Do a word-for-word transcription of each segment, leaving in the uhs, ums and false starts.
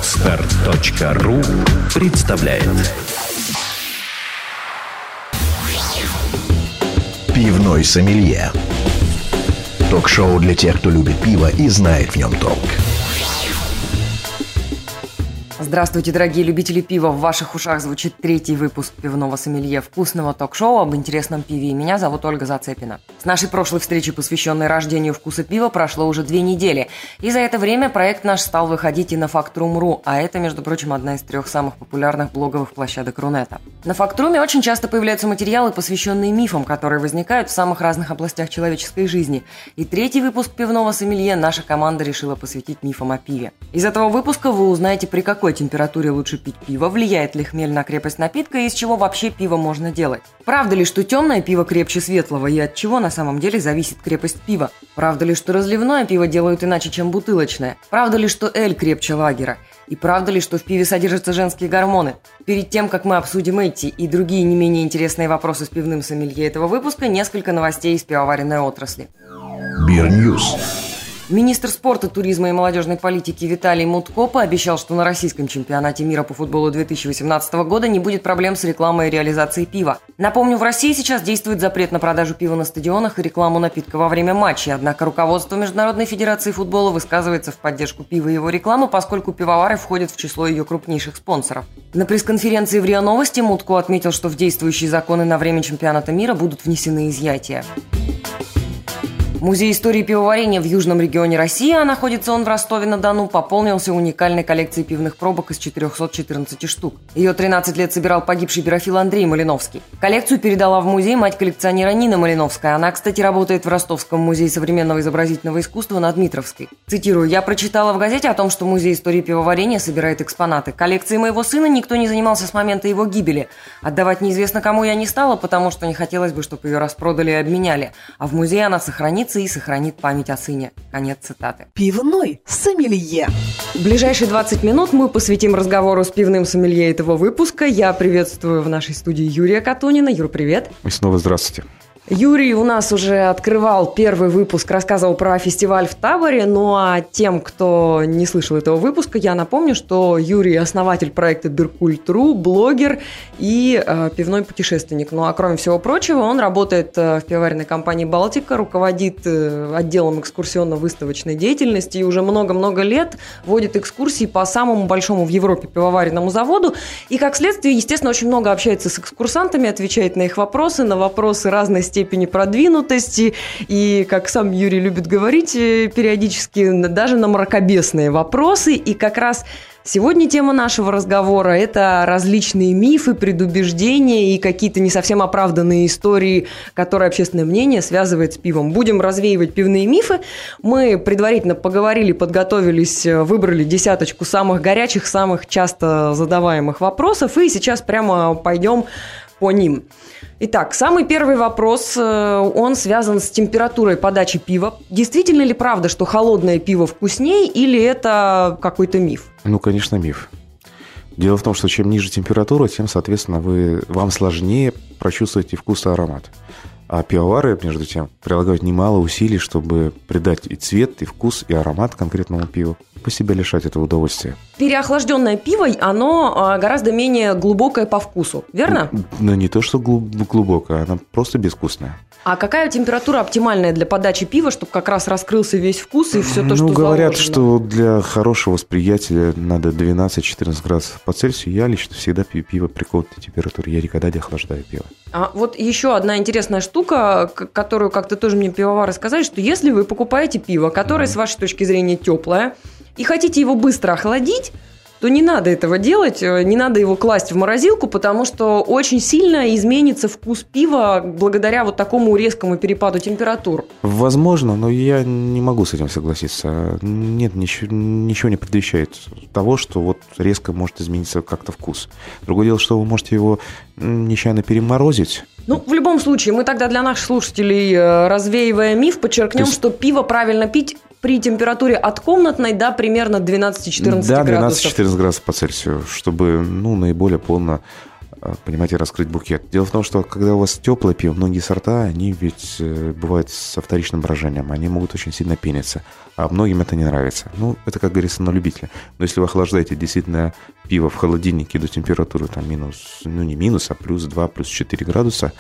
Подстар точка ру представляет «Пивной сомелье». Ток-шоу для тех, кто любит пиво и знает в нем толк. Здравствуйте, дорогие любители пива! В ваших ушах звучит третий выпуск «Пивного сомелье», вкусного ток-шоу об интересном пиве. И меня зовут Ольга Зацепина. С нашей прошлой встречи, посвященной рождению вкуса пива, прошло уже две недели. И за это время проект наш стал выходить и на Фактрум точка ру, а это, между прочим, одна из трех самых популярных блоговых площадок Рунета. На Фактруме очень часто появляются материалы, посвященные мифам, которые возникают в самых разных областях человеческой жизни. И третий выпуск «Пивного сомелье» наша команда решила посвятить мифам о пиве. Из этого выпуска вы узнаете, при какой температуре лучше пить пиво, влияет ли хмель на крепость напитка и из чего вообще пиво можно делать. Правда ли, что темное пиво крепче светлого и от чего на самом деле зависит крепость пива? Правда ли, что разливное пиво делают иначе, чем бутылочное? Правда ли, что эль крепче лагера? И правда ли, что в пиве содержатся женские гормоны? Перед тем, как мы обсудим эти и другие не менее интересные вопросы с пивным сомелье этого выпуска, несколько новостей из пивоваренной отрасли. Бир-ньюс. Министр спорта, туризма и молодежной политики Виталий Мутко пообещал, что на российском чемпионате мира по футболу две тысячи восемнадцатого года не будет проблем с рекламой и реализацией пива. Напомню, в России сейчас действует запрет на продажу пива на стадионах и рекламу напитка во время матчей, однако руководство Международной федерации футбола высказывается в поддержку пива и его рекламы, поскольку пивовары входят в число ее крупнейших спонсоров. На пресс-конференции в РИА Новости Мутко отметил, что в действующие законы на время чемпионата мира будут внесены изъятия. Музей истории пивоварения в южном регионе России, а находится он в Ростове-на-Дону, пополнился уникальной коллекцией пивных пробок из четырехсот четырнадцати штук. Ее тринадцать лет собирал погибший бирофил Андрей Малиновский. Коллекцию передала в музей мать коллекционера Нина Малиновская. Она, кстати, работает в Ростовском музее современного изобразительного искусства на Дмитровской. Цитирую: «Я прочитала в газете о том, что Музей истории пивоварения собирает экспонаты. Коллекцией моего сына никто не занимался с момента его гибели. Отдавать неизвестно кому я не стала, потому что не хотелось бы, чтобы ее распродали и обменяли. А в музее она сохранится и сохранит память о сыне». Конец цитаты. Пивной сомелье. В ближайшие двадцать минут мы посвятим разговору с пивным сомелье этого выпуска. Я приветствую в нашей студии Юрия Катунина. Юр, привет. И снова здравствуйте. Юрий у нас уже открывал первый выпуск, рассказывал про фестиваль в Таборе. Ну а тем, кто не слышал этого выпуска, я напомню, что Юрий – основатель проекта Биркульт точка ру, блогер и э, пивной путешественник. Ну а кроме всего прочего, он работает э, в пивоваренной компании «Балтика», руководит э, отделом экскурсионно-выставочной деятельности и уже много-много лет водит экскурсии по самому большому в Европе пивоваренному заводу. И, как следствие, естественно, очень много общается с экскурсантами, отвечает на их вопросы, на вопросы разной степени продвинутости и, как сам Юрий любит говорить периодически, даже на мракобесные вопросы. И как раз сегодня тема нашего разговора – это различные мифы, предубеждения и какие-то не совсем оправданные истории, которые общественное мнение связывает с пивом. Будем развеивать пивные мифы. Мы предварительно поговорили, подготовились, выбрали десяточку самых горячих, самых часто задаваемых вопросов, и сейчас прямо пойдем по ним. Итак, самый первый вопрос, он связан с температурой подачи пива. Действительно ли правда, что холодное пиво вкуснее, или это какой-то миф? Ну, конечно, миф. Дело в том, что чем ниже температура, тем, соответственно, вы, вам сложнее прочувствовать и вкус, и аромат. А пивовары, между тем, прилагают немало усилий, чтобы придать и цвет, и вкус, и аромат конкретному пиву. По себе лишать этого удовольствия. Переохлажденное пиво, оно гораздо менее глубокое по вкусу, верно? Ну, не то, что глубокое, оно просто безвкусное. А какая температура оптимальная для подачи пива, чтобы как раз раскрылся весь вкус и все то, ну, что Ну, говорят, заложено? что для хорошего восприятия надо двенадцать-четырнадцать градусов по Цельсию. Я лично всегда пью пиво при комнатной температуре. Я никогда не охлаждаю пиво. А вот еще одна интересная штука, которую как-то тоже мне пивовары сказали, что если вы покупаете пиво, которое, mm-hmm. с вашей точки зрения, теплое, и хотите его быстро охладить, то не надо этого делать, не надо его класть в морозилку, потому что очень сильно изменится вкус пива благодаря вот такому резкому перепаду температур. Возможно, но я не могу с этим согласиться. Нет, ничего, ничего не предвещает того, что вот резко может измениться как-то вкус. Другое дело, что вы можете его нечаянно переморозить. Ну, в любом случае, мы тогда для наших слушателей, развеивая миф, подчеркнем, есть... что пиво правильно пить при температуре от комнатной до примерно двенадцать-четырнадцать да, градусов. Да, двенадцать-четырнадцать градусов по Цельсию, чтобы ну, наиболее полно понимаете, раскрыть букет. Дело в том, что когда у вас теплое пиво, многие сорта, они ведь бывают со вторичным брожением, они могут очень сильно пениться, а многим это не нравится. Ну, это, как говорится, на любителя. Но если вы охлаждаете действительно пиво в холодильнике до температуры там минус, ну не минус, а плюс два, плюс четыре градуса,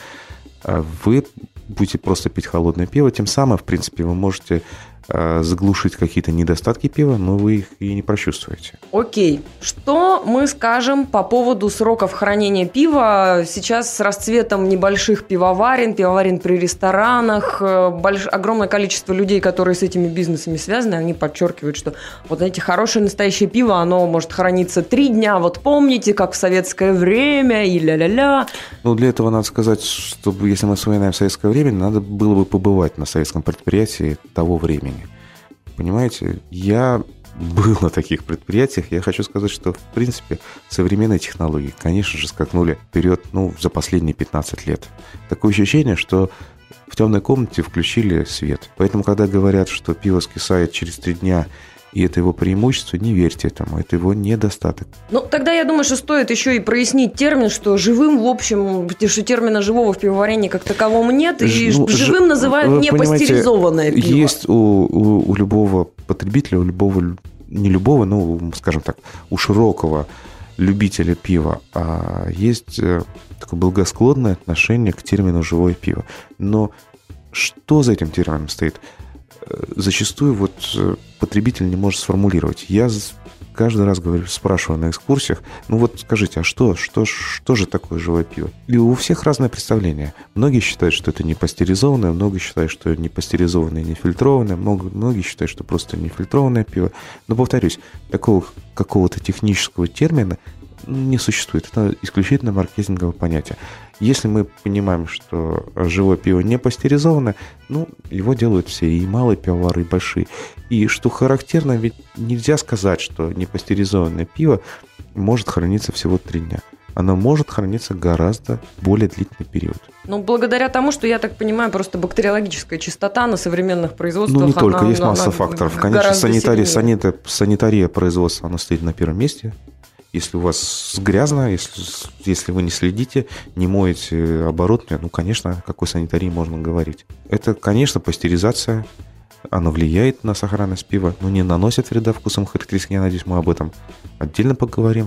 вы будете просто пить холодное пиво, тем самым, в принципе, вы можете заглушить какие-то недостатки пива, но вы их и не прочувствуете. Окей. Что мы скажем по поводу сроков хранения пива? Сейчас с расцветом небольших пивоварен, пивоварен при ресторанах, больш... огромное количество людей, которые с этими бизнесами связаны, они подчеркивают, что вот эти хорошее настоящее пиво, оно может храниться три дня, вот помните, как в советское время, и ля-ля-ля. Ну, для этого надо сказать, чтобы, если мы вспоминаем советское время, надо было бы побывать на советском предприятии того времени. Понимаете, я был на таких предприятиях, я хочу сказать, что, в принципе, современные технологии, конечно же, скакнули вперед, ну, за последние пятнадцать лет. Такое ощущение, что в темной комнате включили свет. Поэтому, когда говорят, что пиво скисает через три дня, и это его преимущество, не верьте этому, это его недостаток. Ну, тогда я думаю, что стоит еще и прояснить термин, что живым, в общем, что термина живого в пивоварении как таковому нет, и ну, живым ж... называют непастеризованное пиво. Есть у, у, у любого потребителя, у любого, не любого, ну, скажем так, у широкого любителя пива, а есть такое благосклонное отношение к термину «живое пиво». Но что за этим термином стоит? Зачастую вот потребитель не может сформулировать. Я каждый раз говорю, спрашиваю на экскурсиях, ну вот скажите, а что, что, что же такое живое пиво? И у всех разное представление. Многие считают, что это не пастеризованное, многие считают, что не пастеризованное, не фильтрованное, многие считают, что просто не фильтрованное пиво. Но, повторюсь, такого какого-то технического термина не существует. Это исключительно маркетинговое понятие. Если мы понимаем, что живое пиво не пастеризованное, ну, его делают все, и малые пивовары, и большие. И что характерно, ведь нельзя сказать, что непастеризованное пиво может храниться всего три дня. Оно может храниться гораздо более длительный период. Ну, благодаря тому, что, я так понимаю, просто бактериологическая чистота на современных производствах... Ну, не только, она, есть она, масса она факторов. Конечно, санитария, санита, санитария производства, она стоит на первом месте. Если у вас грязно, если, если вы не следите, не моете оборудование, ну, конечно, о какой санитарии можно говорить. Это, конечно, пастеризация, она влияет на сохранность пива, но не наносит вреда вкусовым характеристикам, я надеюсь, мы об этом отдельно поговорим.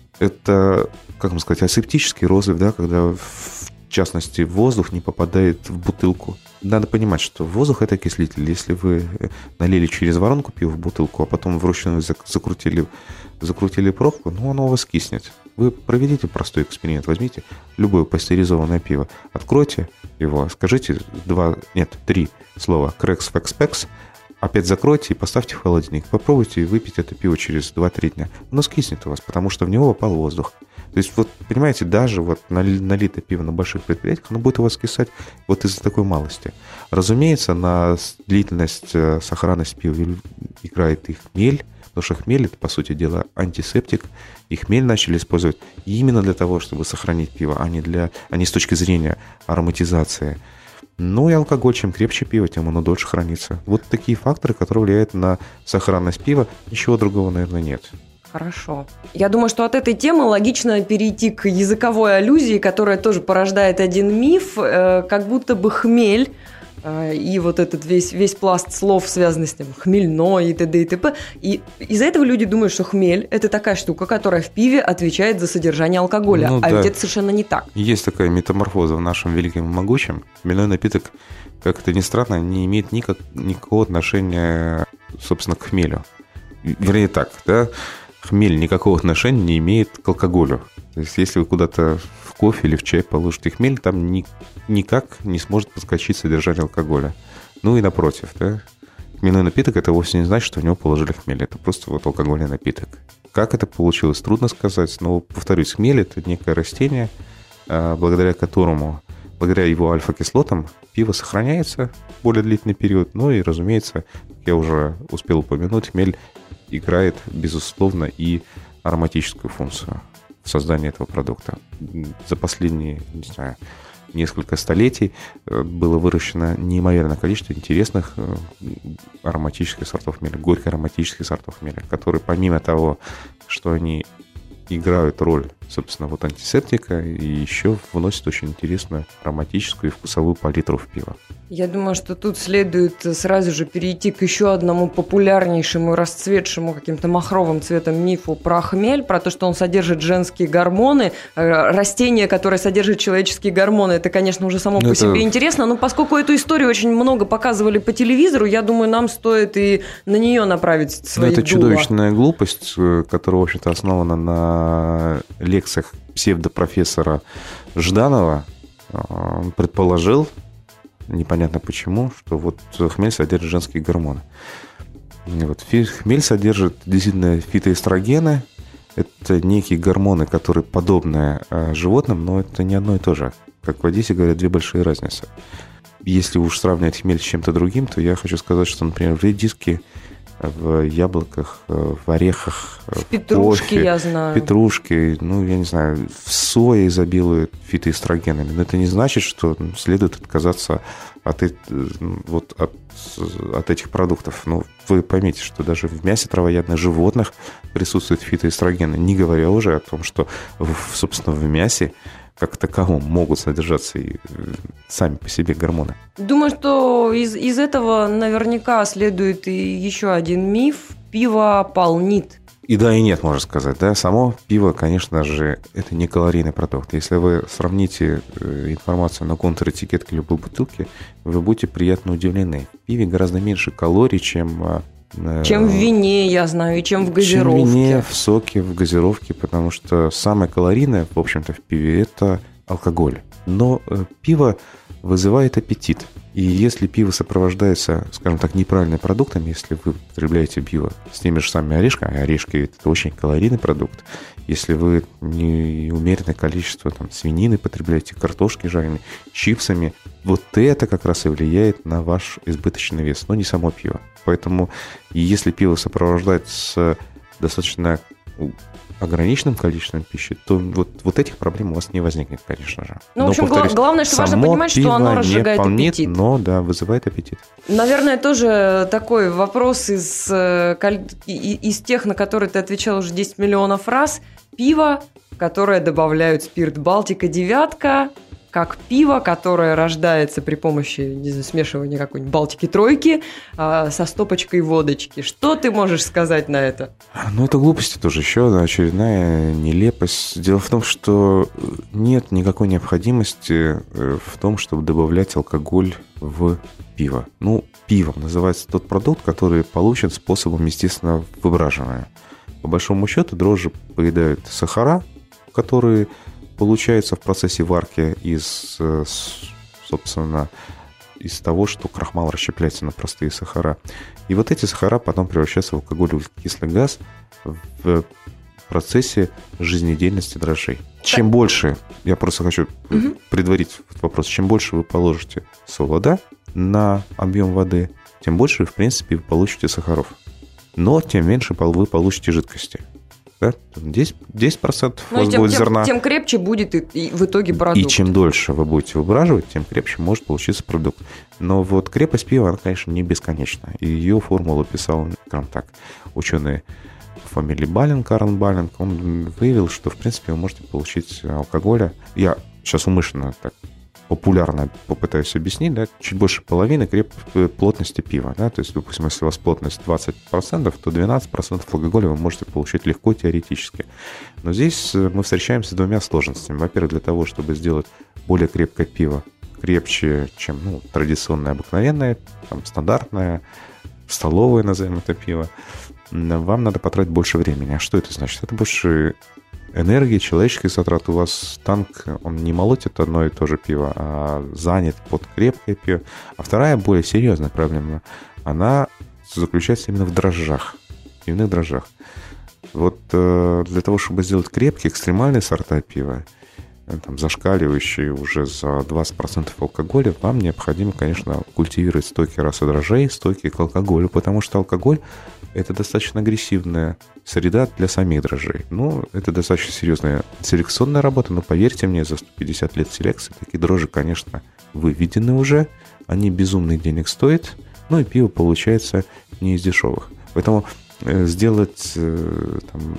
Это, как вам сказать, асептический розлив, да, когда, в частности, воздух не попадает в бутылку. Надо понимать, что воздух – это окислитель. Если вы налили через воронку пиво в бутылку, а потом вручную закрутили, закрутили пробку, ну, оно у вас киснет. Вы проведите простой эксперимент. Возьмите любое пастеризованное пиво, откройте его, скажите два, нет, три слова «Крекс, фекс, пекс», опять закройте и поставьте в холодильник. Попробуйте выпить это пиво через два-три дня. Оно скиснет у вас, потому что в него попал воздух. То есть, вот, понимаете, даже вот налитое пиво на больших предприятиях, оно будет у вас скисать вот из-за такой малости. Разумеется, на длительность, сохранность пива играет и хмель, потому что хмель – это, по сути дела, антисептик. И хмель начали использовать именно для того, чтобы сохранить пиво, а не, для, а не с точки зрения ароматизации. Ну и алкоголь, чем крепче пиво, тем оно дольше хранится. Вот такие факторы, которые влияют на сохранность пива. Ничего другого, наверное, нет. Хорошо. Я думаю, что от этой темы логично перейти к языковой аллюзии, которая тоже порождает один миф, э, как будто бы хмель э, и вот этот весь, весь пласт слов, связанный с тем, хмельной и т.д. и т.п. И из-за этого люди думают, что хмель – это такая штука, которая в пиве отвечает за содержание алкоголя. Ну, а да. Ведь это совершенно не так. Есть такая метаморфоза в нашем великом и могучем. Хмельной напиток, как это ни странно, не имеет никак, никакого отношения, собственно, к хмелю. Вернее так, да? Хмель никакого отношения не имеет к алкоголю. То есть, если вы куда-то в кофе или в чай положите хмель, там ни, никак не сможет подскочить содержание алкоголя. Ну и напротив, да. Хмельной напиток – это вовсе не значит, что в него положили хмель. Это просто вот алкогольный напиток. Как это получилось, трудно сказать. Но, повторюсь, хмель – это некое растение, благодаря которому, благодаря его альфа-кислотам, пиво сохраняется более длительный период. Ну и, разумеется, как я уже успел упомянуть, хмель играет, безусловно, и ароматическую функцию в создании этого продукта. За последние, не знаю, несколько столетий было выращено неимоверное количество интересных ароматических сортов хмеля, горько-ароматических сортов хмеля, которые, помимо того, что они играют роль собственно, вот антисептика, и еще вносит очень интересную ароматическую и вкусовую палитру в пиво. Я думаю, что тут следует сразу же перейти к еще одному популярнейшему и расцветшему каким-то махровым цветом мифу про хмель, про то, что он содержит женские гормоны. Растение, которое содержит человеческие гормоны, это, конечно, уже само это... по себе интересно, но поскольку эту историю очень много показывали по телевизору, я думаю, нам стоит и на нее направить свои Это дула. чудовищная глупость, которая, в общем-то, основана на лекциях псевдопрофессора Жданова. Он предположил, непонятно почему, что вот хмель содержит женские гормоны. Вот. Хмель содержит действительно фитоэстрогены. Это некие гормоны, которые подобны животным, но это не одно и то же. Как в Одессе говорят, две большие разницы. Если уж сравнивать хмель с чем-то другим, то я хочу сказать, что, например, в редиске, в яблоках, в орехах, в петрушке, кофе, я знаю. В петрушке, ну, я не знаю, в сое изобилуют фитоэстрогенами. Но это не значит, что следует отказаться от, вот, от, от этих продуктов. Ну, вы поймите, что даже в мясе травоядных животных присутствуют фитоэстрогены, не говоря уже о том, что, собственно, в мясе как таковом могут содержаться и сами по себе гормоны. Думаю, что из, из этого наверняка следует и еще один миф. Пиво полнит. И да, и нет, можно сказать. Да? Само пиво, конечно же, это не калорийный продукт. Если вы сравните информацию на контр-этикетке любой бутылки, вы будете приятно удивлены. В пиве гораздо меньше калорий, чем... Чем в вине, я знаю, и чем в газировке. Чем в вине, в соке, в газировке, потому что самое калорийное, в общем-то, в пиве – это алкоголь. Но пиво вызывает аппетит. И если пиво сопровождается, скажем так, неправильным продуктом, если вы потребляете пиво с теми же самыми орешками, а орешки – это очень калорийный продукт, если вы неумеренное количество там, свинины потребляете, картошки жареной, чипсами, вот это как раз и влияет на ваш избыточный вес, но не само пиво. Поэтому если пиво сопровождается достаточно ограниченным количеством пищи, то вот, вот этих проблем у вас не возникнет, конечно же. Ну, в общем, повторюсь, главное, что важно понимать, что оно разжигает полнит, аппетит. Но, да, вызывает аппетит. Наверное, тоже такой вопрос из, из тех, на которые ты отвечал уже десять миллионов раз. Пиво, которое добавляют спирт Балтика девятка, как пиво, которое рождается при помощи, не знаю, смешивания какой-нибудь Балтики тройки э, со стопочкой водочки. Что ты можешь сказать на это? Ну, это глупости тоже, еще одна очередная нелепость. Дело в том, что нет никакой необходимости в том, чтобы добавлять алкоголь в пиво. Ну, пивом называется тот продукт, который получен способом естественного выбраживания. По большому счету, дрожжи поедают сахара, которые получаются в процессе варки из, собственно, из того, что крахмал расщепляется на простые сахара. И вот эти сахара потом превращаются в алкоголь, углекислый газ в процессе жизнедеятельности дрожжей. Чем больше, я просто хочу угу. предварить вопрос, чем больше вы положите солода на объем воды, тем больше, в принципе, вы получите сахаров. Но тем меньше вы получите жидкости. Да? десять процентов у вас тем, будет тем, зерна. Тем крепче будет и, и в итоге продукт. И чем дольше вы будете выбраживать, тем крепче может получиться продукт. Но вот крепость пива, она, конечно, не бесконечна. И ее формулу писал, скажем так, ученый по фамилии Балинг, Карл Балинг. Он выявил, что, в принципе, вы можете получить алкоголя. Я сейчас умышленно так популярно попытаюсь объяснить, да, чуть больше половины креп... плотности пива. Да? То есть, допустим, если у вас плотность двадцать процентов, то двенадцать процентов алкоголя вы можете получить легко теоретически. Но здесь мы встречаемся с двумя сложностями. Во-первых, для того, чтобы сделать более крепкое пиво, крепче, чем ну, традиционное, обыкновенное, там, стандартное, столовое, назовем это пиво, вам надо потратить больше времени. А что это значит? Это больше энергии, человеческие затраты. У вас танк, он не молотит одно и то же пиво, а занят под крепкое пиво. А вторая, более серьезная проблема, она заключается именно в дрожжах, пивных дрожжах. Вот э, для того, чтобы сделать крепкие, экстремальные сорта пива, там, зашкаливающие уже за двадцать процентов алкоголя, вам необходимо, конечно, культивировать стойкие расы дрожжей, стойкие к алкоголю, потому что алкоголь – это достаточно агрессивная среда для самих дрожжей. Ну, это достаточно серьезная селекционная работа, но поверьте мне, за сто пятьдесят лет селекции такие дрожжи, конечно, выведены уже, они безумных денег стоят, ну и пиво получается не из дешевых. Поэтому сделать там,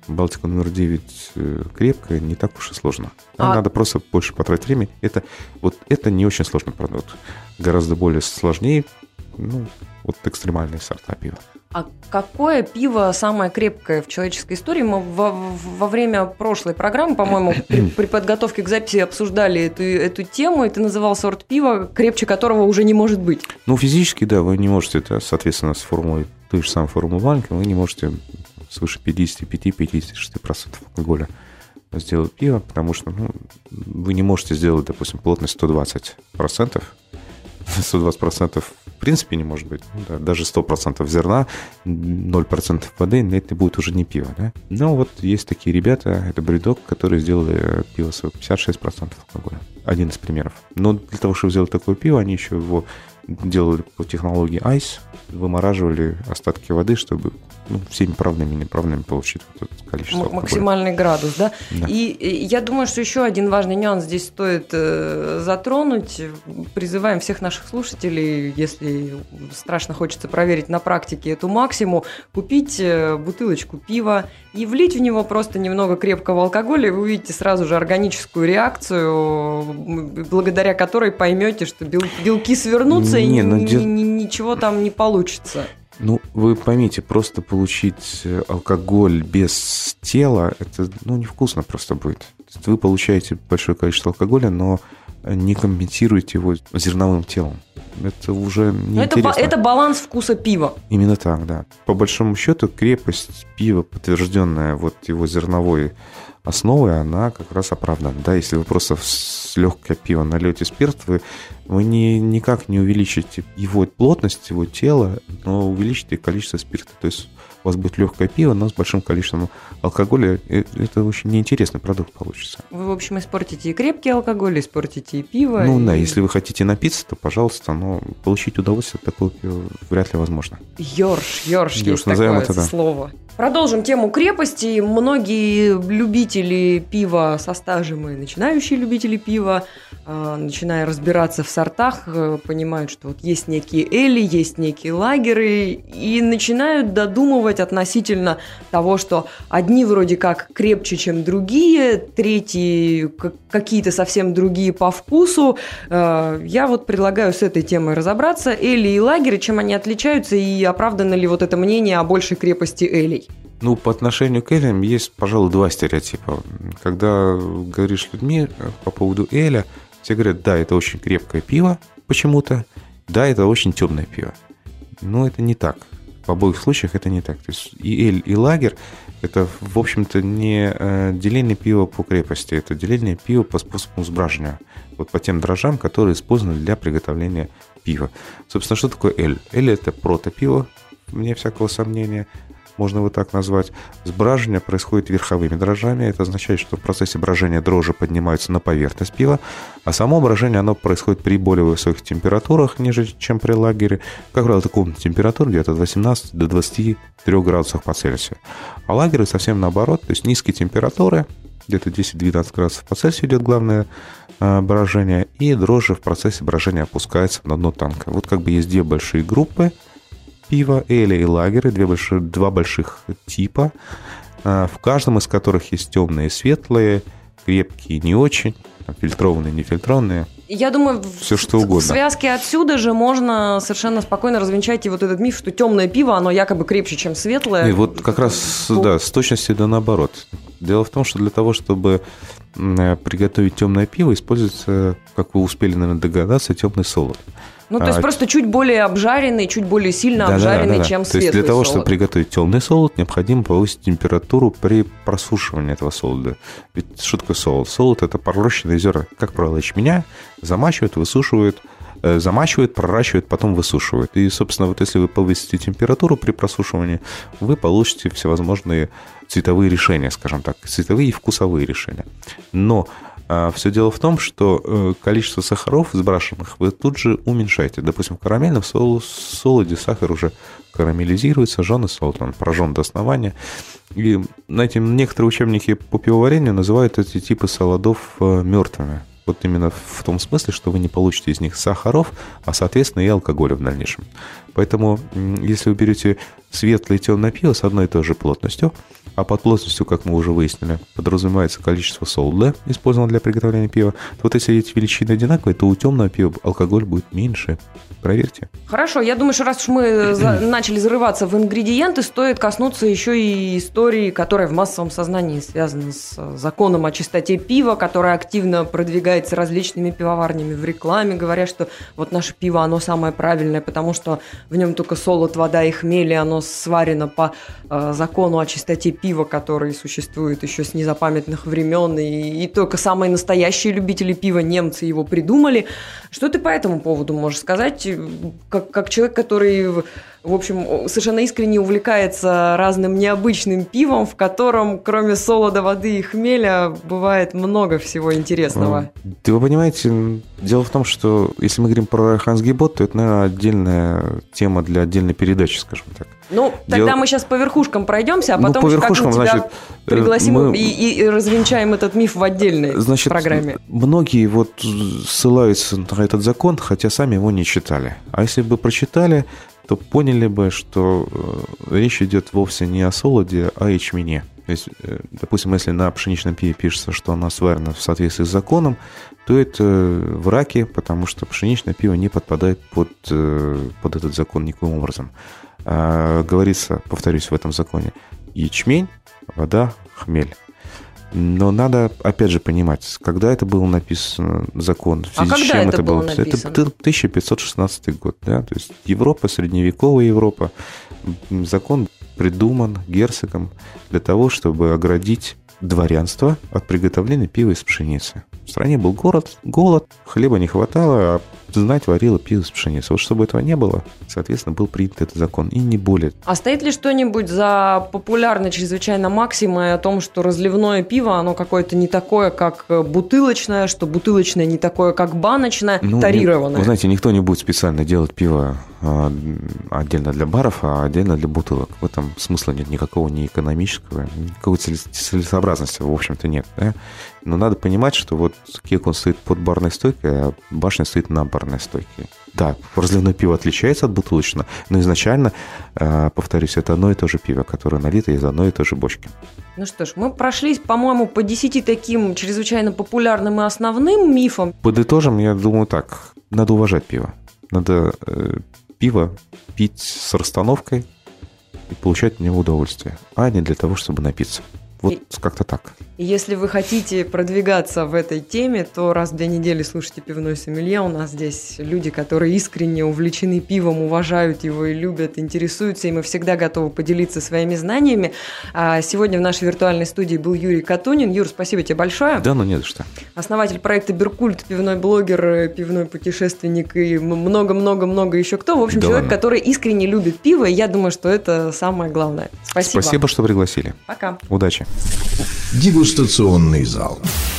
Балтика номер девять крепкая, не так уж и сложно. А... Надо просто больше потратить времени. Это, вот это не очень сложный продукт. Гораздо более сложнее, ну, вот экстремальные сорта пива. А какое пиво самое крепкое в человеческой истории? Мы во, во время прошлой программы, по-моему, при, при подготовке к записи обсуждали эту, эту тему, и ты называл сорт пива, крепче которого уже не может быть. Ну, физически, да, вы не можете, это, соответственно, с формулой, той же самой формулы Ванька, вы не можете свыше пятьдесят пять - пятьдесят шесть процентов алкоголя сделать пиво, потому что ну, вы не можете сделать, допустим, плотность сто двадцать процентов. сто двадцать процентов в принципе не может быть. Ну, да, даже сто процентов зерна, ноль процентов воды, это будет уже не пиво. Да? Но вот есть такие ребята, это Брюдок, которые сделали пиво с пятьдесят шесть процентов алкоголя. Один из примеров. Но для того, чтобы сделать такое пиво, они еще его делали по технологии айс, вымораживали остатки воды, чтобы ну, всеми правильными и неправильными получить вот это количество алкоголя. Максимальный градус, да? Да. И, и я думаю, что еще один важный нюанс здесь стоит э, затронуть. Призываем всех наших слушателей, если страшно хочется проверить на практике эту максиму, купить э, бутылочку пива и влить в него просто немного крепкого алкоголя, и вы увидите сразу же органическую реакцию, благодаря которой поймете, что бел, белки свернутся, не, и ну, ни, де... ни, ничего там не получится. Ну, вы поймите, просто получить алкоголь без тела, это ну, невкусно просто будет. То есть вы получаете большое количество алкоголя, но не компенсируете его зерновым телом. Это уже неинтересно. Это, это баланс вкуса пива. Именно так, да. По большому счету, крепость пива, подтвержденная вот его зерновой основой, она как раз оправдана. Да, если вы просто с легкое пиво нальете спирт, вы, вы не, никак не увеличите его плотность, его тело, но увеличите количество спирта. То есть у вас будет легкое пиво, но с большим количеством алкоголя. Это очень неинтересный продукт получится. Вы, в общем, испортите и крепкий алкоголь, испортите и пиво. Ну и... да, если вы хотите напиться, то, пожалуйста, но получить удовольствие от такого пива вряд ли возможно. Ёрш, ёрш, Ёрш, есть назовем такое это, да. слово. Продолжим тему крепости. Многие любители пива со стажем и начинающие любители пива, начиная разбираться в сортах, понимают, что вот есть некие эли, есть некие лагеры, и начинают додумывать относительно того, что одни вроде как крепче, чем другие, третьи какие-то совсем другие по вкусу. Я вот предлагаю с этой темой разобраться. Эли и лагеры, чем они отличаются, и оправдано ли вот это мнение о большей крепости элей? Ну, по отношению к элям есть, пожалуй, два стереотипа. Когда говоришь с людьми по поводу эля, все говорят, да, это очень крепкое пиво почему-то, да, это очень темное пиво. Но это не так. В обоих случаях это не так. То есть и эль, и лагерь – это, в общем-то, не деление пива по крепости, это деление пива по способу сбраживания. Вот по тем дрожжам, которые использованы для приготовления пива. Собственно, что такое эль? Эль – это протопиво, вне всякого сомнения. Можно его так назвать. Сбраживание происходит верховыми дрожжами. Это означает, что в процессе брожения дрожжи поднимаются на поверхность пива, а само брожение оно происходит при более высоких температурах, нежели чем при лагере. Как правило, это комнатная температура где-то от восемнадцати до двадцати трёх градусов по Цельсию. А лагеры совсем наоборот, то есть низкие температуры, где-то десять-двенадцать градусов по Цельсию идет главное э, брожение, и дрожжи в процессе брожения опускаются на дно танка. Вот как бы есть две большие группы пива, эли и лагеры, две большие, два больших типа, в каждом из которых есть темные и светлые, крепкие и не очень, фильтрованные и нефильтрованные. Я думаю, все, в, что угодно. в связке отсюда же можно совершенно спокойно развенчать и вот этот миф, что темное пиво, оно якобы крепче, чем светлое. И вот как раз, Бу... да, с точностью да наоборот. Дело в том, что для того, чтобы приготовить темное пиво, используется, как вы успели, наверное, догадаться, темный солод. Ну, то есть а, просто чуть более обжаренный, чуть более сильно да, обжаренный, да, да, чем да. светлый солод. То есть для того, чтобы приготовить темный солод, необходимо повысить температуру при просушивании этого солода. Ведь что такое солод? Солод – это пророщенные зерна, как правило, ячменя, замачивают, высушивают, э, замачивают, проращивают, потом высушивают. И, собственно, вот если вы повысите температуру при просушивании, вы получите всевозможные цветовые решения, скажем так, цветовые и вкусовые решения. Но все дело в том, что количество сахаров сброшенных вы тут же уменьшаете. Допустим, в карамельном солоде сахар уже карамелизируется, жженый солод, он прожжен до основания. И, знаете, некоторые учебники по пивоварению называют эти типы солодов мертвыми. Вот именно в том смысле, что вы не получите из них сахаров, а, соответственно, и алкоголя в дальнейшем. Поэтому, если вы берете светлое и темное пиво с одной и той же плотностью, а под плотностью, как мы уже выяснили, подразумевается количество солода, использованного для приготовления пива, то вот если эти величины одинаковые, то у темного пива алкоголь будет меньше. Проверьте. Хорошо, я думаю, что раз уж мы за- начали зарываться в ингредиенты, стоит коснуться еще и истории, которая в массовом сознании связана с законом о чистоте пива, которая активно продвигается различными пивоварнями в рекламе, говоря, что вот наше пиво, оно самое правильное, потому что в нем только солод, вода и хмель, и оно сварено по э, закону о чистоте пива, который существует еще с незапамятных времен, и, и только самые настоящие любители пива, немцы, его придумали. Что ты по этому поводу можешь сказать, как, как человек, который, в общем, совершенно искренне увлекается разным необычным пивом, в котором, кроме солода, воды и хмеля, бывает много всего интересного? Да вы понимаете, дело в том, что если мы говорим про Райхансгебот, то это, наверное, отдельная тема для отдельной передачи, скажем так. Ну, тогда Дело... мы сейчас по верхушкам пройдемся, а ну, потом по уж как-нибудь тебя значит, пригласим мы... и, и, и развенчаем этот миф в отдельной значит, программе. Многие вот ссылаются на этот закон, хотя сами его не читали. А если бы прочитали, то поняли бы, что речь идет вовсе не о солоде, а о ячмене. То есть, допустим, если на пшеничном пиве пишется, что оно сварено в соответствии с законом, то это враки, потому что пшеничное пиво не подпадает под, под этот закон никаким образом. А, говорится, повторюсь, в этом законе: ячмень, вода, хмель. Но надо, опять же, понимать, когда это было написано, закон, в связи а с чем это было написано? Это тысяча пятьсот шестнадцатый год, да, то есть Европа, средневековая Европа. Закон придуман герцогом для того, чтобы оградить дворянство от приготовления пива из пшеницы. В стране был город, голод, хлеба не хватало, а знать варила пиво из пшеницы. Вот чтобы этого не было, соответственно, был принят этот закон, и не более. А стоит ли что-нибудь за популярной чрезвычайно максимой о том, что разливное пиво, оно какое-то не такое, как бутылочное, что бутылочное не такое, как баночное, ну, тарированное? Вы знаете, никто не будет специально делать пиво а, отдельно для баров, а отдельно для бутылок. В этом смысла нет никакого, ни экономического, никакой целесообразности, в общем-то, нет. Да? Но надо понимать, что вот кек, он стоит под барной стойкой, а башня стоит на барной стойке. Да, разливное пиво отличается от бутылочного, но изначально, повторюсь, это одно и то же пиво, которое налито из одной и той же бочки. Ну что ж, мы прошлись, по-моему, по десяти таким чрезвычайно популярным и основным мифам. Подытожим, я думаю так, надо уважать пиво. Надо э, пиво пить с расстановкой и получать от него удовольствие, а не для того, чтобы напиться. Вот и, как-то так. Если вы хотите продвигаться в этой теме, то раз в две недели слушайте «Пивной сомелье». У нас здесь люди, которые искренне увлечены пивом, уважают его и любят, интересуются, и мы всегда готовы поделиться своими знаниями. А сегодня в нашей виртуальной студии был Юрий Катунин. Юр, спасибо тебе большое. Да, ну не за что. Основатель проекта «Биркульт», пивной блогер, пивной путешественник и много-много-много еще кто. В общем, да человек, ладно. Который искренне любит пиво, и я думаю, что это самое главное. Спасибо. Спасибо, что пригласили. Пока. Удачи. Дегустационный зал.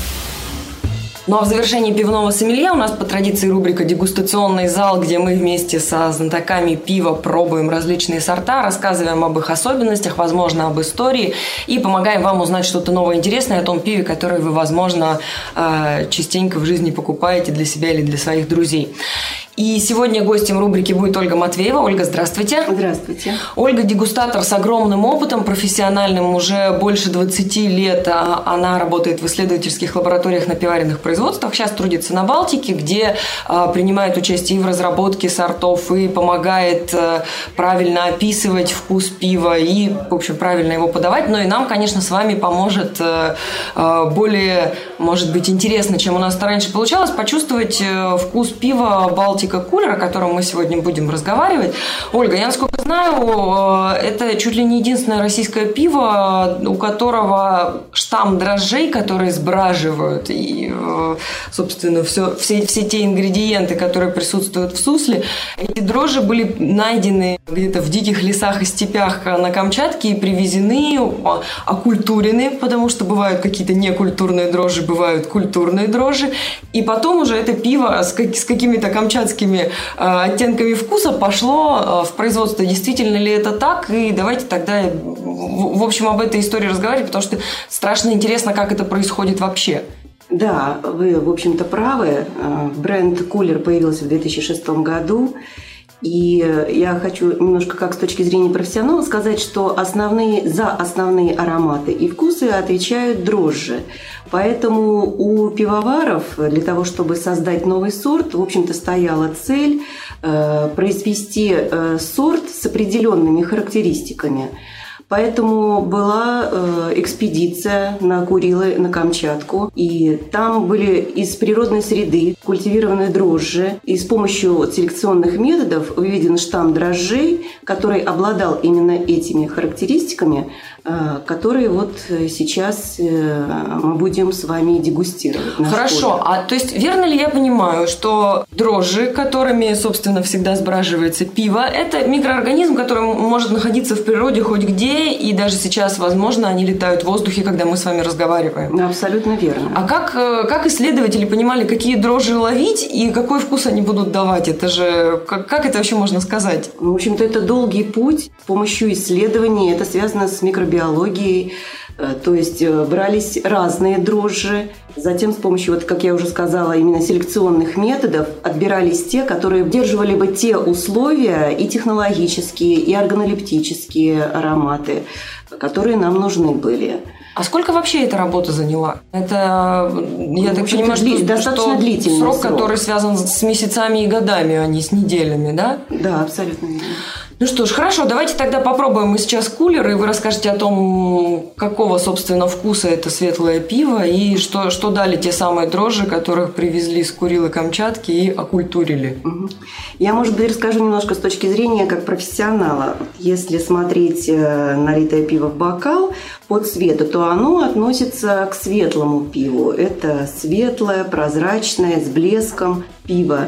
Ну а в завершении пивного сомелье у нас по традиции рубрика «Дегустационный зал», где мы вместе со знатоками пива пробуем различные сорта, рассказываем об их особенностях, возможно, об истории и помогаем вам узнать что-то новое интересное о том пиве, которое вы, возможно, частенько в жизни покупаете для себя или для своих друзей. И сегодня гостем рубрики будет Ольга Матвеева. Ольга, здравствуйте. Здравствуйте. Ольга – дегустатор с огромным опытом профессиональным, уже больше двадцати лет. Она работает в исследовательских лабораториях на пивоваренных производствах, сейчас трудится на Балтике, где принимает участие и в разработке сортов, и помогает правильно описывать вкус пива, и, в общем, правильно его подавать. Но и нам, конечно, с вами поможет более, может быть, интересно, чем у нас это раньше получалось, почувствовать вкус пива Балтики Кулер, о котором мы сегодня будем разговаривать. Ольга, я, насколько знаю, это чуть ли не единственное российское пиво, у которого штамм дрожжей, которые сбраживают, и, собственно, все, все, все те ингредиенты, которые присутствуют в сусле, эти дрожжи были найдены где-то в диких лесах и степях на Камчатке и привезены, окультурены, потому что бывают какие-то некультурные дрожжи, бывают культурные дрожжи, и потом уже это пиво с, как, с какими-то камчатскими оттенками вкуса пошло в производство. Действительно ли это так? И давайте тогда, в общем, об этой истории разговаривать, потому что страшно интересно, как это происходит вообще. Да, вы, в общем-то, правы. Бренд Кулер появился в две тысячи шестом году. И я хочу немножко как с точки зрения профессионала сказать, что основные, за основные ароматы и вкусы отвечают дрожжи. Поэтому у пивоваров для того, чтобы создать новый сорт, в общем-то, стояла цель э, произвести э, сорт с определенными характеристиками. Поэтому была э, экспедиция на Курилы, на Камчатку, и там были из природной среды культивированные дрожжи, и с помощью селекционных методов выведен штамм дрожжей, который обладал именно этими характеристиками, э, которые вот сейчас э, мы будем с вами дегустировать. Хорошо, а то есть верно ли я понимаю, что дрожжи, которыми, собственно, всегда сбраживается пиво, это микроорганизм, который может находиться в природе хоть где, и даже сейчас, возможно, они летают в воздухе, когда мы с вами разговариваем. Абсолютно верно. А как, как исследователи понимали, какие дрожжи ловить и какой вкус они будут давать? Это же... Как, как это вообще можно сказать? В общем-то, это долгий путь с помощью исследований. Это связано с микробиологией. То есть брались разные дрожжи. Затем с помощью, вот, как я уже сказала, именно селекционных методов отбирались те, которые удерживали бы те условия и технологические, и органолептические ароматы, которые нам нужны были. А сколько вообще эта работа заняла? Это, я так понимаю, что, достаточно что длительный срок, срок, который связан с месяцами и годами, а не с неделями, да? Да, абсолютно верно. Ну что ж, хорошо, давайте тогда попробуем мы сейчас кулер, и вы расскажете о том, какого, собственно, вкуса это светлое пиво, и что, что дали те самые дрожжи, которых привезли с Курилы Камчатки и окультурили. Я, может быть, расскажу немножко с точки зрения как профессионала. Если смотреть налитое пиво в бокал по цвету, то оно относится к светлому пиву. Это светлое, прозрачное, с блеском пиво.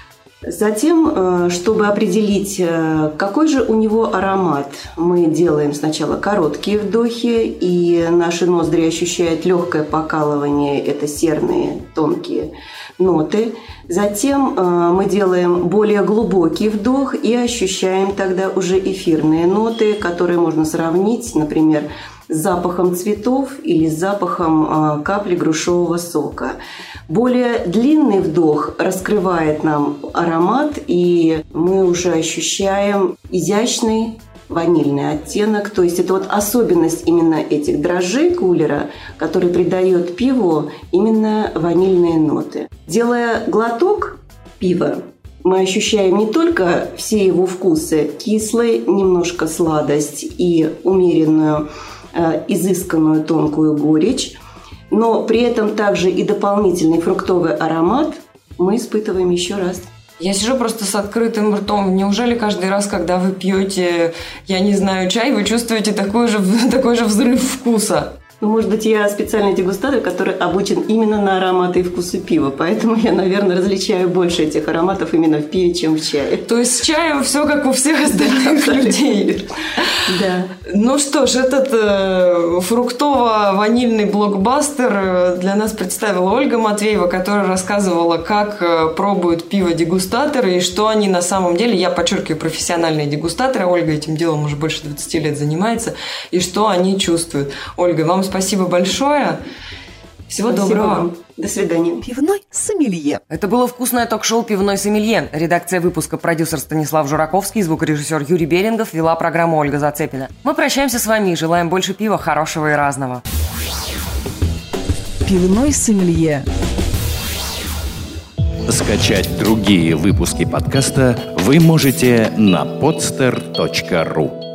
Затем, чтобы определить, какой же у него аромат, мы делаем сначала короткие вдохи, и наши ноздри ощущают легкое покалывание, это серные тонкие ноты. Затем мы делаем более глубокий вдох и ощущаем тогда уже эфирные ноты, которые можно сравнить, например, с запахом цветов или с запахом капли грушевого сока. Более длинный вдох раскрывает нам аромат, и мы уже ощущаем изящный ванильный оттенок. То есть это вот особенность именно этих дрожжей кулера, который придает пиву именно ванильные ноты. Делая глоток пива, мы ощущаем не только все его вкусы: кислый, немножко сладость и умеренную, э, изысканную тонкую горечь, но при этом также и дополнительный фруктовый аромат мы испытываем еще раз. Я сижу просто с открытым ртом. Неужели каждый раз, когда вы пьете, я не знаю, чай, вы чувствуете такой же, такой же взрыв вкуса? Ну, может быть, я специальный дегустатор, который обучен именно на ароматы и вкусы пива, поэтому я, наверное, различаю больше этих ароматов именно в пиве, чем в чае. То есть с чаем все как у всех остальных людей. Да. Ну что ж, этот э, фруктово-ванильный блокбастер для нас представила Ольга Матвеева, которая рассказывала, как э, пробуют пиво дегустаторы и что они на самом деле, я подчеркиваю, профессиональные дегустаторы, Ольга этим делом уже больше двадцати лет занимается, и что они чувствуют. Ольга, вам спасибо большое. Всего Спасибо доброго. вам. До свидания. Пивной сомелье. Это было вкусное ток-шоу «Пивной сомелье». Редакция выпуска: продюсер Станислав Жураковский, звукорежиссер Юрий Берингов, вела программу Ольга Зацепина. Мы прощаемся с вами и желаем больше пива, хорошего и разного. Пивной сомелье. Скачать другие выпуски подкаста вы можете на podster точка ру.